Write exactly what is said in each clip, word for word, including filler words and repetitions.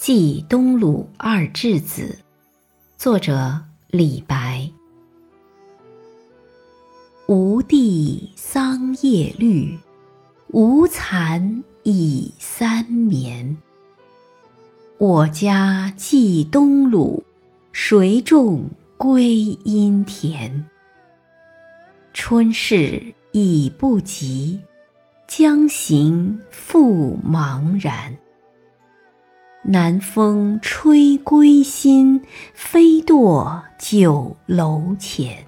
祭东鲁二稚子，作者李白。吴地桑叶绿，无蚕已三眠。我家寄东鲁，谁种归阴田？春事已不及，将行复茫然。南风吹归心，飞堕酒楼前。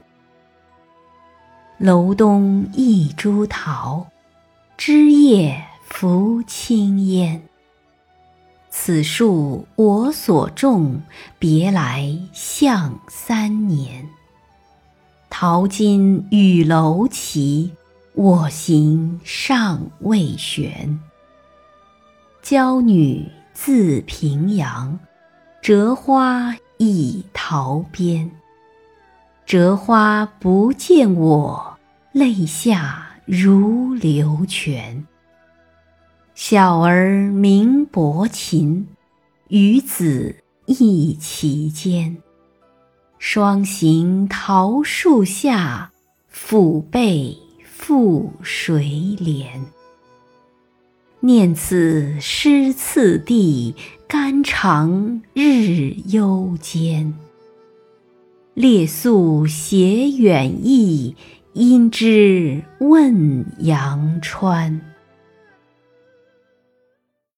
楼东一株桃，枝叶拂青烟。此树我所种，别来向三年。桃金与楼齐，我行尚未悬。娇女自平阳，折花倚桃边。折花不见我，泪下如流泉。小儿鸣伯禽，与子忆其间。双行桃树下，抚背复谁怜？念此诗次第，肝肠日忧坚。列宿携远意，因之问阳川。